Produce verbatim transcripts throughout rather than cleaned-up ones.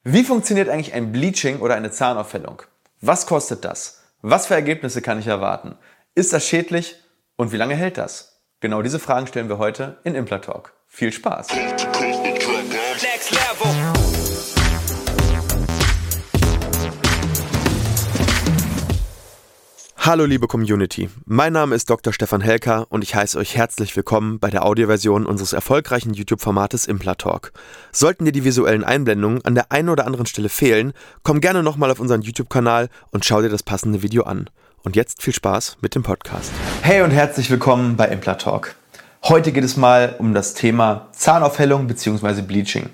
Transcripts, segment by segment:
Wie funktioniert eigentlich ein Bleaching oder eine Zahnaufhellung? Was kostet das? Was für Ergebnisse kann ich erwarten? Ist das schädlich? Und wie lange hält das? Genau diese Fragen stellen wir heute in Implatalk. Viel Spaß! Hallo liebe Community, mein Name ist Doktor Stefan Helker und ich heiße euch herzlich willkommen bei der Audioversion unseres erfolgreichen YouTube-Formates Implatalk. Sollten dir die visuellen Einblendungen an der einen oder anderen Stelle fehlen, komm gerne nochmal auf unseren YouTube-Kanal und schau dir das passende Video an. Und jetzt viel Spaß mit dem Podcast. Hey und herzlich willkommen bei Implatalk. Heute geht es mal um das Thema Zahnaufhellung bzw. Bleaching.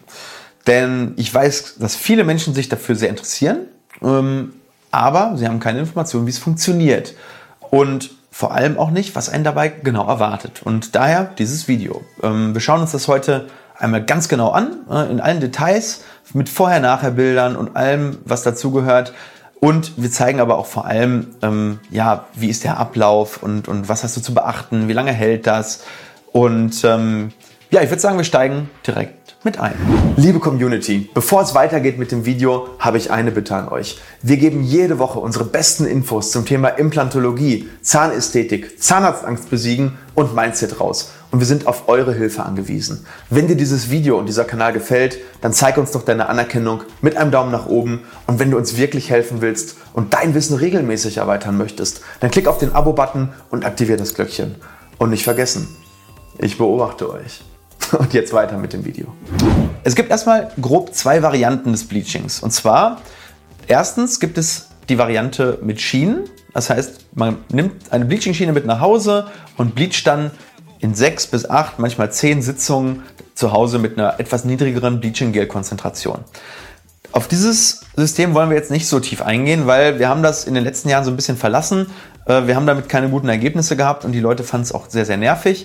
Denn ich weiß, dass viele Menschen sich dafür sehr interessieren, ähm, aber sie haben keine Informationen, wie es funktioniert und vor allem auch nicht, was einen dabei genau erwartet. Und daher dieses Video. Wir schauen uns das heute einmal ganz genau an, in allen Details, mit Vorher-Nachher-Bildern und allem, was dazugehört. Und wir zeigen aber auch vor allem, ja, wie ist der Ablauf und, und was hast du zu beachten, wie lange hält das. Und ja, ich würde sagen, wir steigen direkt mit ein. Liebe Community, bevor es weitergeht mit dem Video, habe ich eine Bitte an euch. Wir geben jede Woche unsere besten Infos zum Thema Implantologie, Zahnästhetik, Zahnarztangst besiegen und Mindset raus. Und wir sind auf eure Hilfe angewiesen. Wenn dir dieses Video und dieser Kanal gefällt, dann zeig uns doch deine Anerkennung mit einem Daumen nach oben. Und wenn du uns wirklich helfen willst und dein Wissen regelmäßig erweitern möchtest, dann klick auf den Abo-Button und aktiviere das Glöckchen. Und nicht vergessen, ich beobachte euch. Und jetzt weiter mit dem Video. Es gibt erstmal grob zwei Varianten des Bleachings. Und zwar, erstens gibt es die Variante mit Schienen. Das heißt, man nimmt eine Bleaching-Schiene mit nach Hause und bleacht dann in sechs bis acht, manchmal zehn Sitzungen zu Hause mit einer etwas niedrigeren Bleaching-Gel-Konzentration. Auf dieses System wollen wir jetzt nicht so tief eingehen, weil wir haben das in den letzten Jahren so ein bisschen verlassen. Wir haben damit keine guten Ergebnisse gehabt und die Leute fanden es auch sehr, sehr nervig.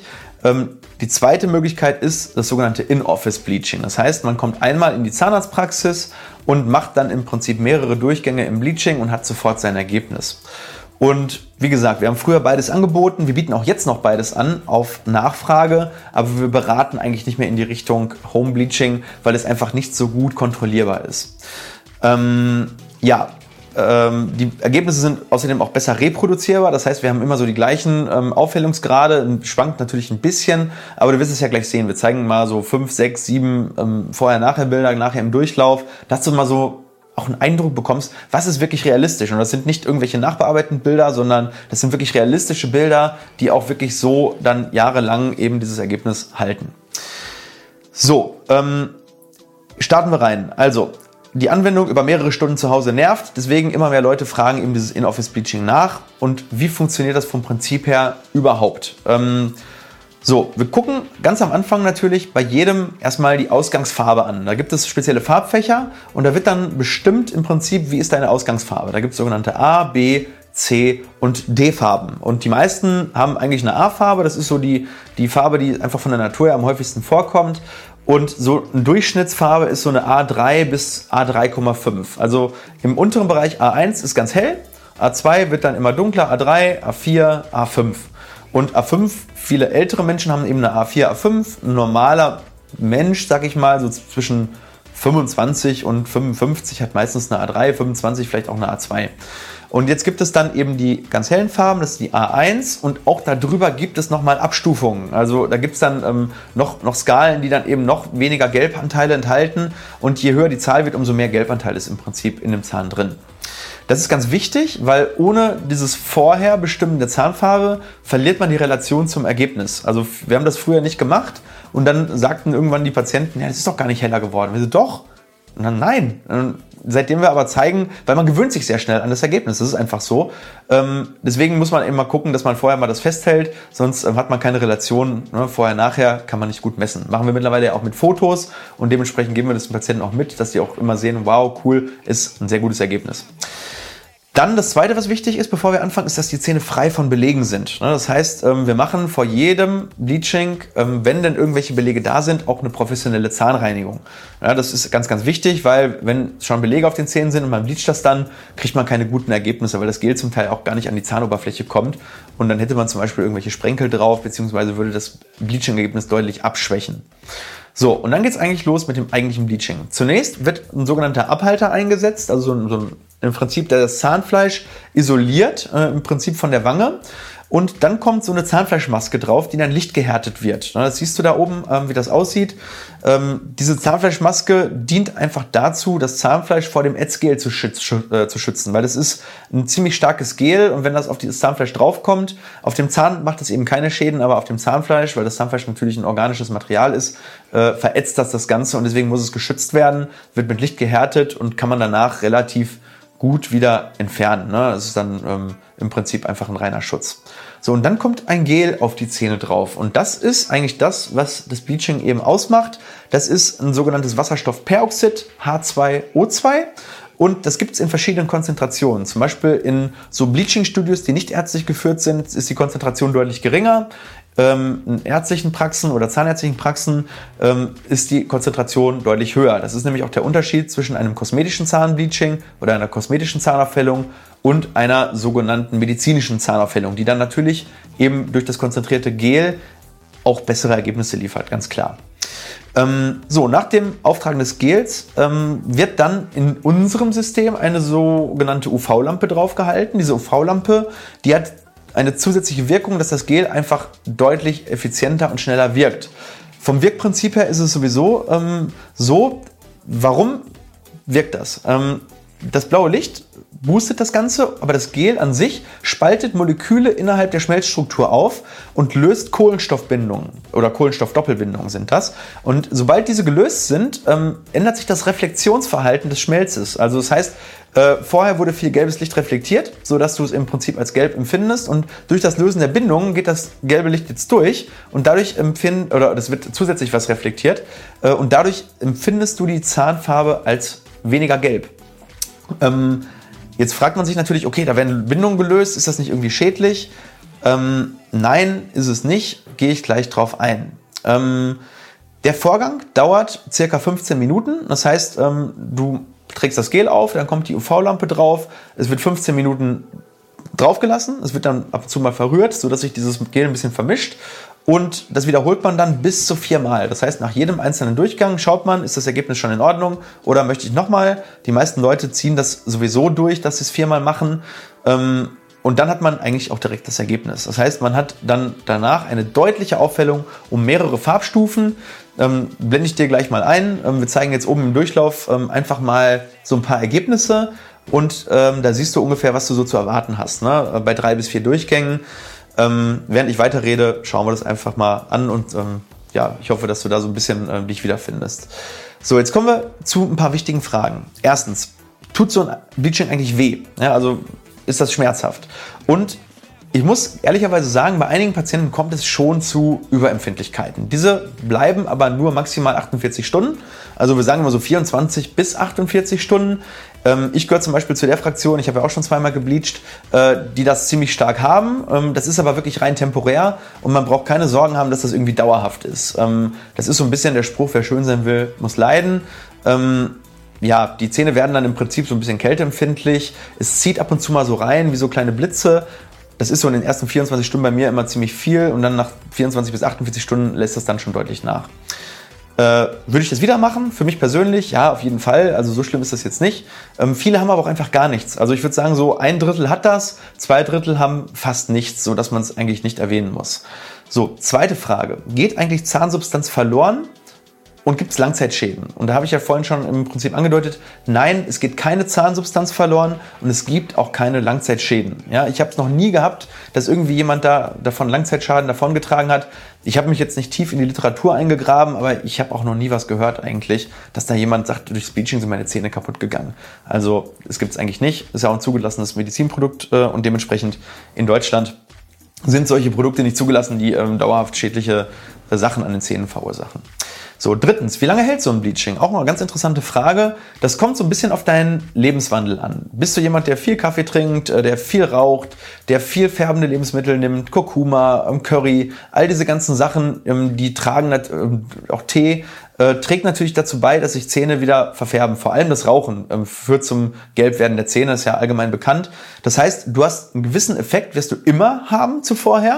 Die zweite Möglichkeit ist das sogenannte In-Office-Bleaching. Das heißt, man kommt einmal in die Zahnarztpraxis und macht dann im Prinzip mehrere Durchgänge im Bleaching und hat sofort sein Ergebnis. Und wie gesagt, wir haben früher beides angeboten, wir bieten auch jetzt noch beides an auf Nachfrage, aber wir beraten eigentlich nicht mehr in die Richtung Home Bleaching, weil es einfach nicht so gut kontrollierbar ist. Ähm, ja, ähm, die Ergebnisse sind außerdem auch besser reproduzierbar, das heißt, wir haben immer so die gleichen ähm, Aufhellungsgrade, schwankt natürlich ein bisschen, aber du wirst es ja gleich sehen, wir zeigen mal so fünf, sechs, sieben ähm, Vorher-Nachher-Bilder, nachher im Durchlauf, dass du mal so auch einen Eindruck bekommst, was ist wirklich realistisch. Und das sind nicht irgendwelche nachbearbeiteten Bilder, sondern das sind wirklich realistische Bilder, die auch wirklich so dann jahrelang eben dieses Ergebnis halten. So, ähm, starten wir rein. Also, die Anwendung über mehrere Stunden zu Hause nervt, deswegen immer mehr Leute fragen eben dieses In-Office-Bleaching nach. Und wie funktioniert das vom Prinzip her überhaupt? Ähm, So, wir gucken ganz am Anfang natürlich bei jedem erstmal die Ausgangsfarbe an. Da gibt es spezielle Farbfächer und da wird dann bestimmt im Prinzip, wie ist deine Ausgangsfarbe. Da gibt es sogenannte A, B, C und D-Farben. Und die meisten haben eigentlich eine A-Farbe. Das ist so die, die Farbe, die einfach von der Natur her am häufigsten vorkommt. Und so eine Durchschnittsfarbe ist so eine A drei bis A drei Komma fünf. Also im unteren Bereich A eins ist ganz hell, A zwei wird dann immer dunkler, A drei, A vier, A fünf. Und A fünf, viele ältere Menschen haben eben eine A vier, A fünf. Ein normaler Mensch, sag ich mal, so zwischen fünfundzwanzig und fünfundfünfzig hat meistens eine A drei, fünfundzwanzig vielleicht auch eine A zwei. Und jetzt gibt es dann eben die ganz hellen Farben, das ist die A eins und auch darüber gibt es nochmal Abstufungen. Also da gibt es dann ähm, noch, noch Skalen, die dann eben noch weniger Gelbanteile enthalten und je höher die Zahl wird, umso mehr Gelbanteil ist im Prinzip in dem Zahn drin. Das ist ganz wichtig, weil ohne dieses Vorherbestimmen der Zahnfarbe verliert man die Relation zum Ergebnis. Also wir haben das früher nicht gemacht und dann sagten irgendwann die Patienten, ja, das ist doch gar nicht heller geworden. Wir so, doch. Und dann nein. Und seitdem wir aber zeigen, weil man gewöhnt sich sehr schnell an das Ergebnis, das ist einfach so. Ähm, deswegen muss man eben mal gucken, dass man vorher mal das festhält, sonst ähm, hat man keine Relation. Ne? Vorher, nachher kann man nicht gut messen. Machen wir mittlerweile ja auch mit Fotos und dementsprechend geben wir das den Patienten auch mit, dass die auch immer sehen, wow, cool, ist ein sehr gutes Ergebnis. Dann das Zweite, was wichtig ist, bevor wir anfangen, ist, dass die Zähne frei von Belegen sind. Das heißt, wir machen vor jedem Bleaching, wenn denn irgendwelche Belege da sind, auch eine professionelle Zahnreinigung. Ja, das ist ganz, ganz wichtig, weil wenn schon Belege auf den Zähnen sind und man bleacht das dann, kriegt man keine guten Ergebnisse, weil das Gel zum Teil auch gar nicht an die Zahnoberfläche kommt. Und dann hätte man zum Beispiel irgendwelche Sprenkel drauf, beziehungsweise würde das Bleaching-Ergebnis deutlich abschwächen. So, und dann geht es eigentlich los mit dem eigentlichen Bleaching. Zunächst wird ein sogenannter Abhalter eingesetzt, also so ein, so ein, im Prinzip, der das Zahnfleisch isoliert, äh, im Prinzip von der Wange. Und dann kommt so eine Zahnfleischmaske drauf, die dann lichtgehärtet wird. Das siehst du da oben, ähm, wie das aussieht. Ähm, diese Zahnfleischmaske dient einfach dazu, das Zahnfleisch vor dem Ätzgel zu, schütz, äh, zu schützen, weil das ist ein ziemlich starkes Gel und wenn das auf dieses Zahnfleisch draufkommt, auf dem Zahn macht das eben keine Schäden, aber auf dem Zahnfleisch, weil das Zahnfleisch natürlich ein organisches Material ist, äh, verätzt das das Ganze und deswegen muss es geschützt werden, wird mit Licht gehärtet und kann man danach relativ gut wieder entfernen. Ne? Das ist dann ähm, im Prinzip einfach ein reiner Schutz. So, und dann kommt ein Gel auf die Zähne drauf. Und das ist eigentlich das, was das Bleaching eben ausmacht. Das ist ein sogenanntes Wasserstoffperoxid, H zwei O zwei. Und das gibt es in verschiedenen Konzentrationen. Zum Beispiel in so Bleaching-Studios, die nicht ärztlich geführt sind, ist die Konzentration deutlich geringer. Ähm, in ärztlichen Praxen oder zahnärztlichen Praxen ähm, ist die Konzentration deutlich höher. Das ist nämlich auch der Unterschied zwischen einem kosmetischen Zahnbleaching oder einer kosmetischen Zahnaufhellung und einer sogenannten medizinischen Zahnaufhellung, die dann natürlich eben durch das konzentrierte Gel auch bessere Ergebnisse liefert, ganz klar. Ähm, so, nach dem Auftragen des Gels ähm, wird dann in unserem System eine sogenannte U V-Lampe draufgehalten. Diese U V-Lampe, die hat eine zusätzliche Wirkung, dass das Gel einfach deutlich effizienter und schneller wirkt. Vom Wirkprinzip her ist es sowieso ähm, so, warum wirkt das? Ähm, das blaue Licht boostet das Ganze, aber das Gel an sich spaltet Moleküle innerhalb der Schmelzstruktur auf und löst Kohlenstoffbindungen oder Kohlenstoffdoppelbindungen sind das. Und sobald diese gelöst sind, ähm, ändert sich das Reflexionsverhalten des Schmelzes. Also das heißt, äh, vorher wurde viel gelbes Licht reflektiert, sodass du es im Prinzip als gelb empfindest und durch das Lösen der Bindungen geht das gelbe Licht jetzt durch und dadurch empfind, oder das wird zusätzlich was reflektiert äh, und dadurch empfindest du die Zahnfarbe als weniger gelb. Ähm, Jetzt fragt man sich natürlich, okay, da werden Bindungen gelöst, ist das nicht irgendwie schädlich? Ähm, nein, ist es nicht, gehe ich gleich drauf ein. Ähm, der Vorgang dauert circa fünfzehn Minuten, das heißt, ähm, du trägst das Gel auf, dann kommt die U V-Lampe drauf, es wird fünfzehn Minuten draufgelassen, es wird dann ab und zu mal verrührt, sodass sich dieses Gel ein bisschen vermischt. Und das wiederholt man dann bis zu viermal. Das heißt, nach jedem einzelnen Durchgang schaut man, ist das Ergebnis schon in Ordnung oder möchte ich nochmal. Die meisten Leute ziehen das sowieso durch, dass sie es viermal machen. Und dann hat man eigentlich auch direkt das Ergebnis. Das heißt, man hat dann danach eine deutliche Aufhellung um mehrere Farbstufen. Blende ich dir gleich mal ein. Wir zeigen jetzt oben im Durchlauf einfach mal so ein paar Ergebnisse. Und da siehst du ungefähr, was du so zu erwarten hast, ne? Bei drei bis vier Durchgängen. Ähm, während ich weiterrede, schauen wir das einfach mal an und ähm, ja, ich hoffe, dass du da so ein bisschen äh, dich wiederfindest. So, jetzt kommen wir zu ein paar wichtigen Fragen. Erstens, tut so ein Bleaching eigentlich weh? Ja, also ist das schmerzhaft? Und ich muss ehrlicherweise sagen, bei einigen Patienten kommt es schon zu Überempfindlichkeiten. Diese bleiben aber nur maximal achtundvierzig Stunden. Also wir sagen immer so vierundzwanzig bis achtundvierzig Stunden. Ähm, ich gehöre zum Beispiel zu der Fraktion, ich habe ja auch schon zweimal gebleached, äh, die das ziemlich stark haben. Ähm, das ist aber wirklich rein temporär und man braucht keine Sorgen haben, dass das irgendwie dauerhaft ist. Ähm, das ist so ein bisschen der Spruch, wer schön sein will, muss leiden. Ähm, ja, die Zähne werden dann im Prinzip so ein bisschen kälteempfindlich. Es zieht ab und zu mal so rein, wie so kleine Blitze. Das ist so in den ersten vierundzwanzig Stunden bei mir immer ziemlich viel und dann nach vierundzwanzig bis achtundvierzig Stunden lässt das dann schon deutlich nach. Äh, würde ich das wieder machen? Für mich persönlich, ja, auf jeden Fall. Also so schlimm ist das jetzt nicht. Ähm, viele haben aber auch einfach gar nichts. Also ich würde sagen, so ein Drittel hat das, zwei Drittel haben fast nichts, sodass man es eigentlich nicht erwähnen muss. So, zweite Frage. Geht eigentlich Zahnsubstanz verloren? Und gibt es Langzeitschäden? Und da habe ich ja vorhin schon im Prinzip angedeutet, nein, es geht keine Zahnsubstanz verloren und es gibt auch keine Langzeitschäden. Ja, ich habe es noch nie gehabt, dass irgendwie jemand da davon Langzeitschaden davongetragen hat. Ich habe mich jetzt nicht tief in die Literatur eingegraben, aber ich habe auch noch nie was gehört eigentlich, dass da jemand sagt, durchs Bleaching sind meine Zähne kaputt gegangen. Also es gibt es eigentlich nicht. Ist ja auch ein zugelassenes Medizinprodukt äh, und dementsprechend in Deutschland sind solche Produkte nicht zugelassen, die ähm, dauerhaft schädliche äh, Sachen an den Zähnen verursachen. So, drittens, wie lange hält so ein Bleaching? Auch mal eine ganz interessante Frage. Das kommt so ein bisschen auf deinen Lebenswandel an. Bist du jemand, der viel Kaffee trinkt, der viel raucht, der viel färbende Lebensmittel nimmt, Kurkuma, Curry, all diese ganzen Sachen, die tragen, auch Tee, trägt natürlich dazu bei, dass sich Zähne wieder verfärben. Vor allem das Rauchen führt zum Gelbwerden der Zähne, ist ja allgemein bekannt. Das heißt, du hast einen gewissen Effekt, wirst du immer haben zuvorher,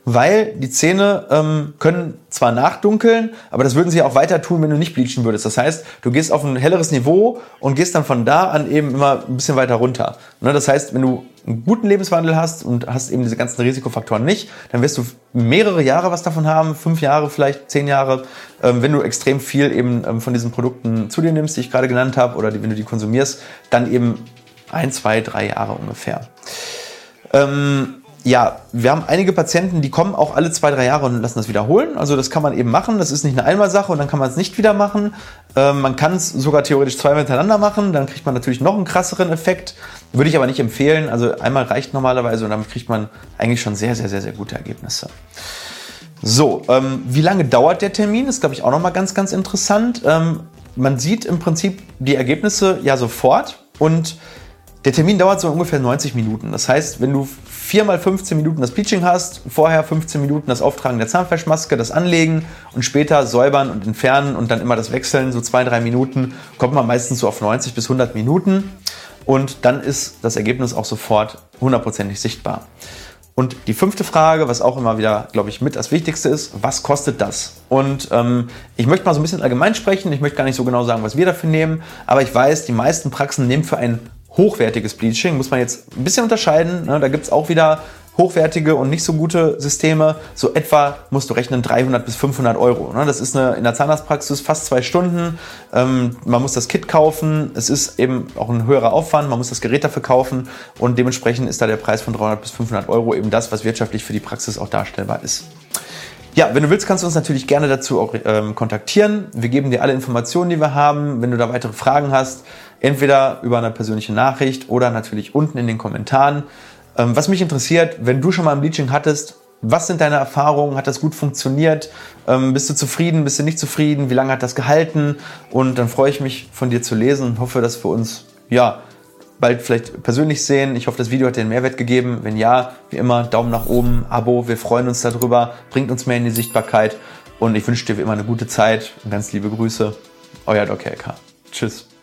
weil die Zähne ähm, können zwar nachdunkeln, aber das würden sie auch weiter tun, wenn du nicht bleachen würdest. Das heißt, du gehst auf ein helleres Niveau und gehst dann von da an eben immer ein bisschen weiter runter. Ne? Das heißt, wenn du einen guten Lebenswandel hast und hast eben diese ganzen Risikofaktoren nicht, dann wirst du mehrere Jahre was davon haben, fünf Jahre, vielleicht zehn Jahre, ähm, wenn du extrem viel eben ähm, von diesen Produkten zu dir nimmst, die ich gerade genannt habe, oder die, wenn du die konsumierst, dann eben ein, zwei, drei Jahre ungefähr. Ähm, Ja, wir haben einige Patienten, die kommen auch alle zwei, drei Jahre und lassen das wiederholen. Also das kann man eben machen. Das ist nicht eine Einmalsache und dann kann man es nicht wieder machen. Ähm, man kann es sogar theoretisch zweimal hintereinander machen. Dann kriegt man natürlich noch einen krasseren Effekt. Würde ich aber nicht empfehlen. Also einmal reicht normalerweise und damit kriegt man eigentlich schon sehr, sehr, sehr, sehr gute Ergebnisse. So, ähm, wie lange dauert der Termin? Das ist, glaube ich, auch nochmal ganz, ganz interessant. Ähm, man sieht im Prinzip die Ergebnisse ja sofort und der Termin dauert so ungefähr neunzig Minuten. Das heißt, wenn du vier mal fünfzehn Minuten das Bleaching hast, vorher fünfzehn Minuten das Auftragen der Zahnfleischmaske, das Anlegen und später säubern und entfernen und dann immer das Wechseln, so zwei, drei Minuten, kommt man meistens so auf neunzig bis hundert Minuten und dann ist das Ergebnis auch sofort hundertprozentig sichtbar. Und die fünfte Frage, was auch immer wieder, glaube ich, mit das Wichtigste ist, was kostet das? Und ähm, ich möchte mal so ein bisschen allgemein sprechen, ich möchte gar nicht so genau sagen, was wir dafür nehmen, aber ich weiß, die meisten Praxen nehmen für ein hochwertiges Bleaching, muss man jetzt ein bisschen unterscheiden. Ne? Da gibt es auch wieder hochwertige und nicht so gute Systeme. So etwa musst du rechnen dreihundert bis fünfhundert Euro. Ne? Das ist eine, in der Zahnarztpraxis fast zwei Stunden. Ähm, man muss das Kit kaufen. Es ist eben auch ein höherer Aufwand. Man muss das Gerät dafür kaufen. Und dementsprechend ist da der Preis von dreihundert bis fünfhundert Euro eben das, was wirtschaftlich für die Praxis auch darstellbar ist. Ja, wenn du willst, kannst du uns natürlich gerne dazu auch ähm, kontaktieren. Wir geben dir alle Informationen, die wir haben. Wenn du da weitere Fragen hast, entweder über eine persönliche Nachricht oder natürlich unten in den Kommentaren. Ähm, was mich interessiert, wenn du schon mal ein Bleaching hattest, was sind deine Erfahrungen? Hat das gut funktioniert? Ähm, bist du zufrieden? Bist du nicht zufrieden? Wie lange hat das gehalten? Und dann freue ich mich, von dir zu lesen und hoffe, dass wir uns ja bald vielleicht persönlich sehen. Ich hoffe, das Video hat dir einen Mehrwert gegeben. Wenn ja, wie immer, Daumen nach oben, Abo. Wir freuen uns darüber. Bringt uns mehr in die Sichtbarkeit. Und ich wünsche dir wie immer eine gute Zeit und ganz liebe Grüße. Euer Doc Helker. Tschüss.